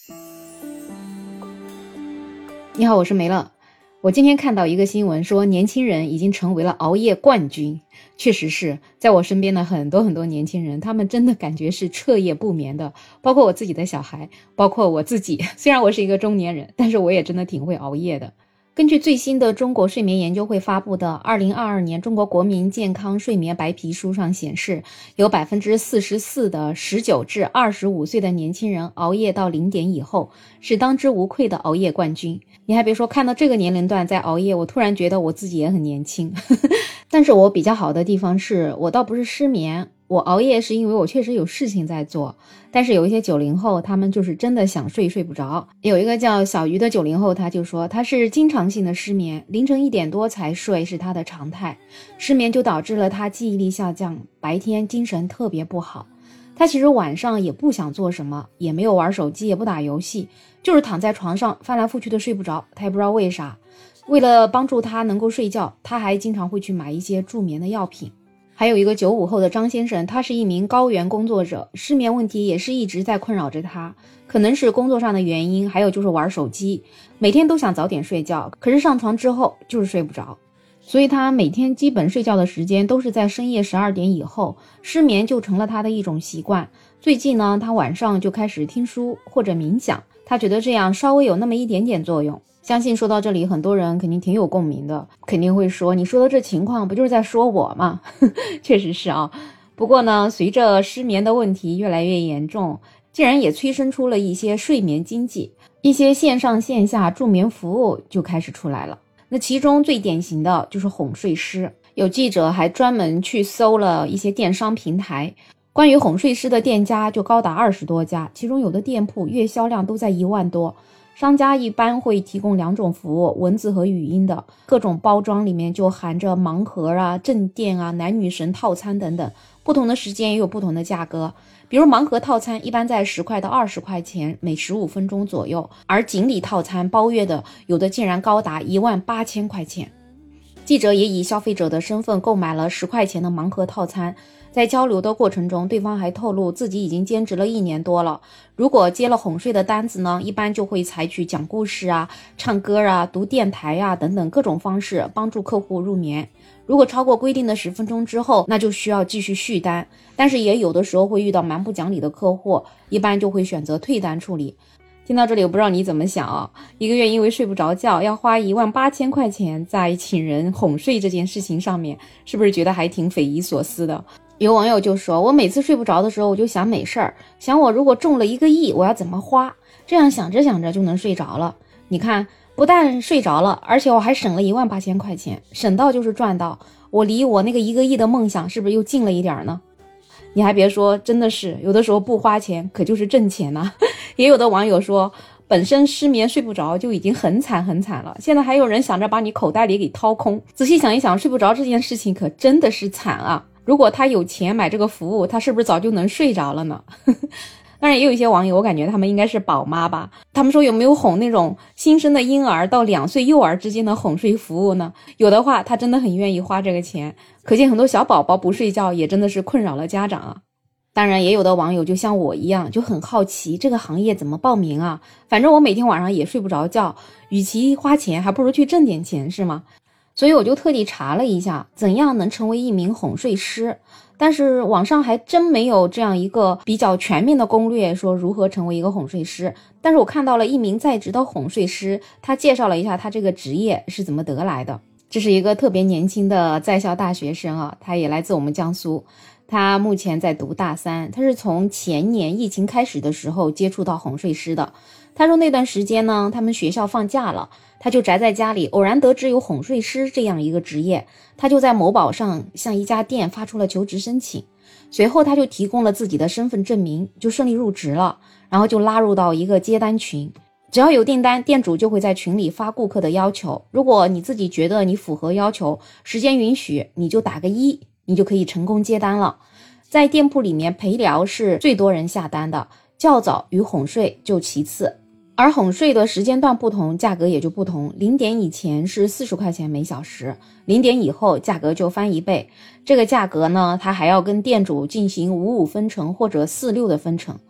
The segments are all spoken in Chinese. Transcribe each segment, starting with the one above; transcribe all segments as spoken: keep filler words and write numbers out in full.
你好，我是梅乐。我今天看到一个新闻说年轻人已经成为了熬夜冠军。确实是，在我身边的很多很多年轻人，他们真的感觉是彻夜不眠的，包括我自己的小孩，包括我自己。虽然我是一个中年人，但是我也真的挺会熬夜的。根据最新的中国睡眠研究会发布的二零二二年中国国民健康睡眠白皮书上显示，有 百分之四十四 的十九至二十五岁的年轻人熬夜到零点以后，是当之无愧的熬夜冠军。你还别说，看到这个年龄段在熬夜，我突然觉得我自己也很年轻。但是我比较好的地方是，我倒不是失眠，我熬夜是因为我确实有事情在做。但是有一些九零后，他们就是真的想睡睡不着。有一个叫小鱼的九零后，他就说他是经常性的失眠，凌晨一点多才睡是他的常态。失眠就导致了他记忆力下降，白天精神特别不好。他其实晚上也不想做什么，也没有玩手机，也不打游戏，就是躺在床上翻来覆去的睡不着，他也不知道为啥。为了帮助他能够睡觉，他还经常会去买一些助眠的药品。还有一个九五后的张先生，他是一名高原工作者，失眠问题也是一直在困扰着他，可能是工作上的原因，还有就是玩手机，每天都想早点睡觉，可是上床之后就是睡不着，所以他每天基本睡觉的时间都是在深夜十二点以后，失眠就成了他的一种习惯。最近呢，他晚上就开始听书或者冥想，他觉得这样稍微有那么一点点作用。相信说到这里，很多人肯定挺有共鸣的，肯定会说，你说的这情况不就是在说我吗？确实是啊。不过呢，随着失眠的问题越来越严重，竟然也催生出了一些睡眠经济，一些线上线下助眠服务就开始出来了。那其中最典型的就是哄睡师，有记者还专门去搜了一些电商平台，关于哄睡师的店家就高达二十多家，其中有的店铺月销量都在一万多。商家一般会提供两种服务，文字和语音的，各种包装里面就含着盲盒啊、镇店啊、男女神套餐等等，不同的时间也有不同的价格。比如盲盒套餐一般在十块到二十块钱，每十五分钟左右，而锦鲤套餐包月的有的竟然高达一万八千块钱。记者也以消费者的身份购买了十块钱的盲盒套餐，在交流的过程中，对方还透露自己已经兼职了一年多了，如果接了哄睡的单子呢，一般就会采取讲故事啊、唱歌啊、读电台啊等等各种方式帮助客户入眠。如果超过规定的十分钟之后，那就需要继续续单，但是也有的时候会遇到蛮不讲理的客户，一般就会选择退单处理。听到这里，我不知道你怎么想啊？一个月因为睡不着觉，要花一万八千块钱在请人哄睡这件事情上面，是不是觉得还挺匪夷所思的？有网友就说，我每次睡不着的时候，我就想美事儿，想我如果中了一个亿，我要怎么花？这样想着想着就能睡着了。你看，不但睡着了，而且我还省了一万八千块钱，省到就是赚到。我离我那个一个亿的梦想是不是又近了一点呢？你还别说，真的是有的时候不花钱可就是挣钱呐、啊。也有的网友说，本身失眠睡不着就已经很惨很惨了，现在还有人想着把你口袋里给掏空。仔细想一想，睡不着这件事情可真的是惨啊。如果他有钱买这个服务，他是不是早就能睡着了呢？当然也有一些网友，我感觉他们应该是宝妈吧，他们说有没有哄那种新生的婴儿到两岁幼儿之间的哄睡服务呢？有的话，他真的很愿意花这个钱，可见很多小宝宝不睡觉也真的是困扰了家长啊。当然也有的网友就像我一样，就很好奇这个行业怎么报名啊，反正我每天晚上也睡不着觉，与其花钱还不如去挣点钱是吗？所以我就特地查了一下怎样能成为一名哄睡师，但是网上还真没有这样一个比较全面的攻略说如何成为一个哄睡师。但是我看到了一名在职的哄睡师，他介绍了一下他这个职业是怎么得来的。这是一个特别年轻的在校大学生啊，他也来自我们江苏，他目前在读大三，他是从前年疫情开始的时候接触到哄睡师的。他说那段时间呢，他们学校放假了，他就宅在家里，偶然得知有哄睡师这样一个职业，他就在某宝上向一家店发出了求职申请，随后他就提供了自己的身份证明，就顺利入职了，然后就拉入到一个接单群，只要有订单，店主就会在群里发顾客的要求，如果你自己觉得你符合要求，时间允许，你就打个一，你就可以成功接单了。在店铺里面，陪聊是最多人下单的，较早与哄睡就其次。而哄睡的时间段不同，价格也就不同。零点以前是四十块钱每小时，零点以后价格就翻一倍。这个价格呢，它还要跟店主进行五五分成或者四六的分成。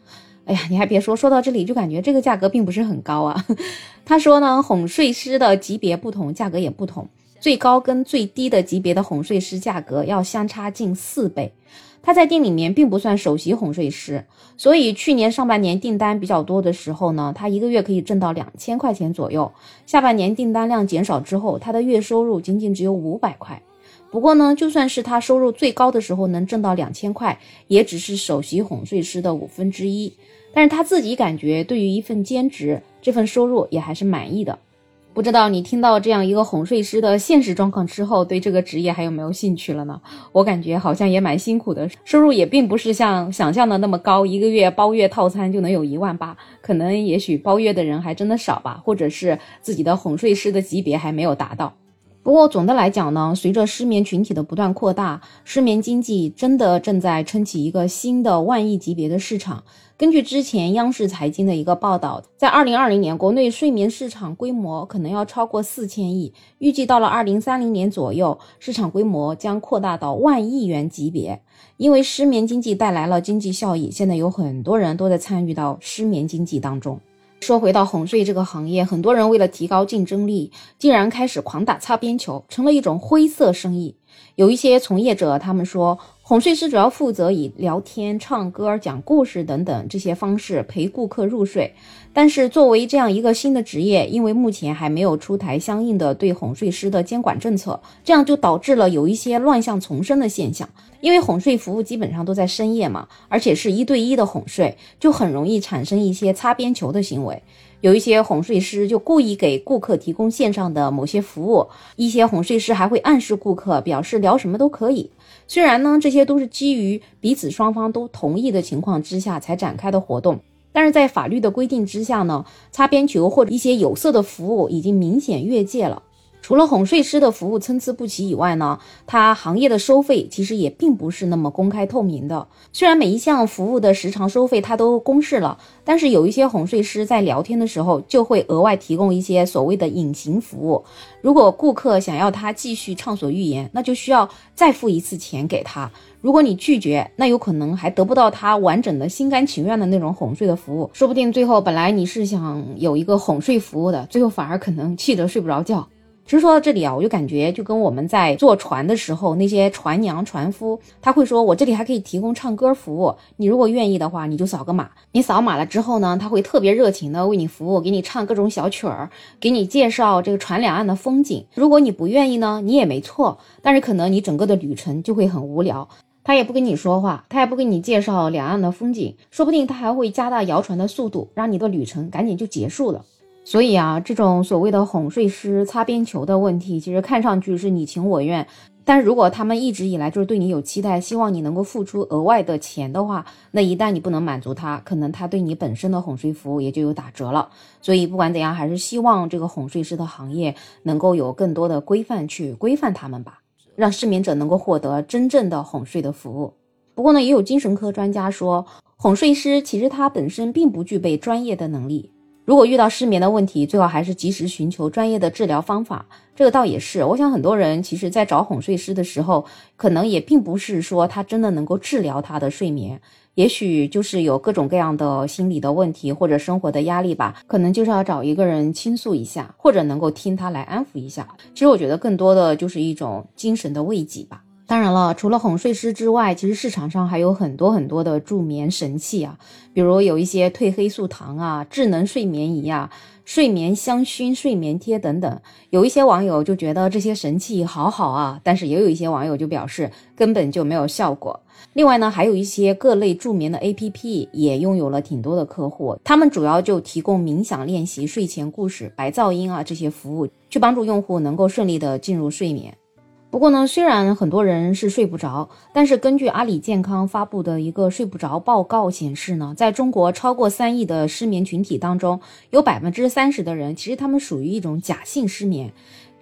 哎呀，你还别说，说到这里就感觉这个价格并不是很高啊。他说呢，哄睡师的级别不同，价格也不同，最高跟最低的级别的哄睡师价格要相差近四倍。他在店里面并不算首席哄睡师，所以去年上半年订单比较多的时候呢，他一个月可以挣到两千块钱左右。下半年订单量减少之后，他的月收入仅仅只有五百块。不过呢，就算是他收入最高的时候能挣到两千块，也只是首席哄睡师的五分之一。但是他自己感觉对于一份兼职，这份收入也还是满意的。不知道你听到这样一个哄睡师的现实状况之后，对这个职业还有没有兴趣了呢？我感觉好像也蛮辛苦的，收入也并不是像想象的那么高，一个月包月套餐就能有一万八，可能也许包月的人还真的少吧，或者是自己的哄睡师的级别还没有达到。不过总的来讲呢，随着失眠群体的不断扩大，失眠经济真的正在撑起一个新的万亿级别的市场。根据之前央视财经的一个报道，在二零二零年国内睡眠市场规模可能要超过四千亿，预计到了二零三零年左右，市场规模将扩大到万亿元级别。因为失眠经济带来了经济效益，现在有很多人都在参与到失眠经济当中。说回到哄睡这个行业，很多人为了提高竞争力，竟然开始狂打擦边球，成了一种灰色生意。有一些从业者他们说，哄睡师主要负责以聊天、唱歌、讲故事等等这些方式陪顾客入睡。但是作为这样一个新的职业，因为目前还没有出台相应的对哄睡师的监管政策，这样就导致了有一些乱象丛生的现象。因为哄睡服务基本上都在深夜嘛，而且是一对一的哄睡，就很容易产生一些擦边球的行为。有一些哄睡师就故意给顾客提供线上的某些服务，一些哄睡师还会暗示顾客表示聊什么都可以。虽然呢，这些都是基于彼此双方都同意的情况之下才展开的活动，但是在法律的规定之下呢，擦边球或者一些有色的服务已经明显越界了。除了哄睡师的服务参差不齐以外呢，它行业的收费其实也并不是那么公开透明的。虽然每一项服务的时长收费它都公示了，但是有一些哄睡师在聊天的时候就会额外提供一些所谓的隐形服务。如果顾客想要他继续畅所欲言，那就需要再付一次钱给他。如果你拒绝，那有可能还得不到他完整的心甘情愿的那种哄睡的服务，说不定最后本来你是想有一个哄睡服务的，最后反而可能气得睡不着觉。其实说到这里啊，我就感觉就跟我们在坐船的时候，那些船娘船夫他会说，我这里还可以提供唱歌服务，你如果愿意的话你就扫个码。你扫码了之后呢，他会特别热情的为你服务，给你唱各种小曲儿，给你介绍这个船两岸的风景。如果你不愿意呢，你也没错，但是可能你整个的旅程就会很无聊。他也不跟你说话，他也不跟你介绍两岸的风景，说不定他还会加大摇船的速度，让你的旅程赶紧就结束了。所以啊，这种所谓的哄睡师擦边球的问题，其实看上去是你情我愿，但如果他们一直以来就是对你有期待，希望你能够付出额外的钱的话，那一旦你不能满足他，可能他对你本身的哄睡服务也就有打折了。所以不管怎样，还是希望这个哄睡师的行业能够有更多的规范去规范他们吧，让失眠者能够获得真正的哄睡的服务。不过呢，也有精神科专家说，哄睡师其实他本身并不具备专业的能力。如果遇到失眠的问题，最好还是及时寻求专业的治疗方法。这个倒也是，我想很多人其实在找哄睡师的时候，可能也并不是说他真的能够治疗他的睡眠，也许就是有各种各样的心理的问题或者生活的压力吧，可能就是要找一个人倾诉一下，或者能够听他来安抚一下。其实我觉得更多的就是一种精神的慰藉吧。当然了，除了哄睡师之外，其实市场上还有很多很多的助眠神器啊，比如有一些褪黑素糖啊、智能睡眠仪啊、睡眠香薰、睡眠贴等等。有一些网友就觉得这些神器好好啊，但是也有一些网友就表示根本就没有效果。另外呢，还有一些各类助眠的 A P P 也拥有了挺多的客户，他们主要就提供冥想练习、睡前故事、白噪音啊这些服务，去帮助用户能够顺利的进入睡眠。不过呢，虽然很多人是睡不着，但是根据阿里健康发布的一个睡不着报告显示呢，在中国超过三亿的失眠群体当中，有 百分之三十 的人其实他们属于一种假性失眠。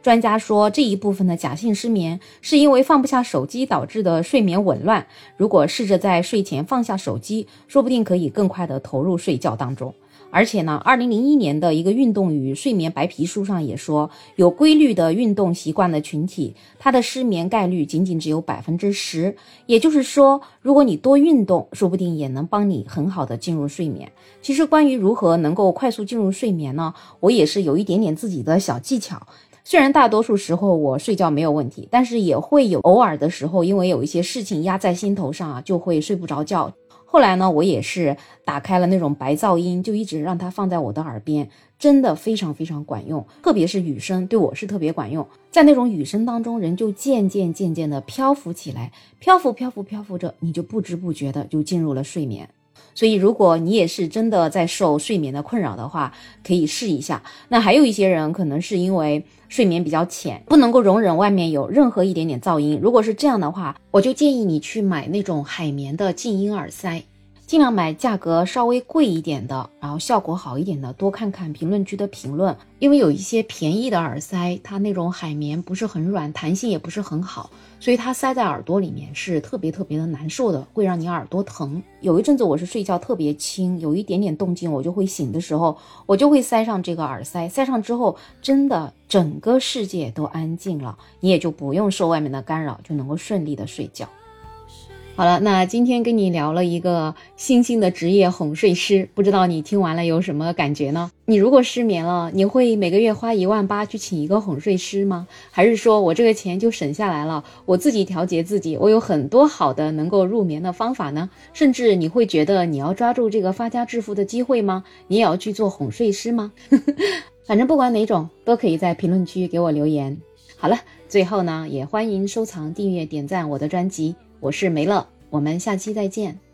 专家说，这一部分的假性失眠是因为放不下手机导致的睡眠紊乱，如果试着在睡前放下手机，说不定可以更快地投入睡觉当中。而且呢，二零零一年的一个运动与睡眠白皮书上也说，有规律的运动习惯的群体，它的失眠概率仅仅只有 百分之十。 也就是说，如果你多运动，说不定也能帮你很好的进入睡眠。其实关于如何能够快速进入睡眠呢，我也是有一点点自己的小技巧。虽然大多数时候我睡觉没有问题，但是也会有偶尔的时候，因为有一些事情压在心头上啊，就会睡不着觉。后来呢，我也是打开了那种白噪音，就一直让它放在我的耳边，真的非常非常管用，特别是雨声，对我是特别管用。在那种雨声当中，人就渐渐渐渐的漂浮起来，漂浮漂浮漂浮着，你就不知不觉的就进入了睡眠。所以如果你也是真的在受睡眠的困扰的话，可以试一下。那还有一些人可能是因为睡眠比较浅，不能够容忍外面有任何一点点噪音，如果是这样的话，我就建议你去买那种海绵的静音耳塞，尽量买价格稍微贵一点的，然后效果好一点的，多看看评论区的评论。因为有一些便宜的耳塞，它那种海绵不是很软，弹性也不是很好，所以它塞在耳朵里面是特别特别的难受的，会让你耳朵疼。有一阵子我是睡觉特别轻，有一点点动静我就会醒的时候，我就会塞上这个耳塞，塞上之后真的整个世界都安静了，你也就不用受外面的干扰，就能够顺利的睡觉。好了，那今天跟你聊了一个新兴的职业哄睡师，不知道你听完了有什么感觉呢？你如果失眠了，你会每个月花一万八去请一个哄睡师吗？还是说我这个钱就省下来了，我自己调节自己，我有很多好的能够入眠的方法呢？甚至你会觉得你要抓住这个发家致富的机会吗？你也要去做哄睡师吗？反正不管哪种，都可以在评论区给我留言。好了，最后呢，也欢迎收藏、订阅、点赞我的专辑。我是梅乐，我们下期再见。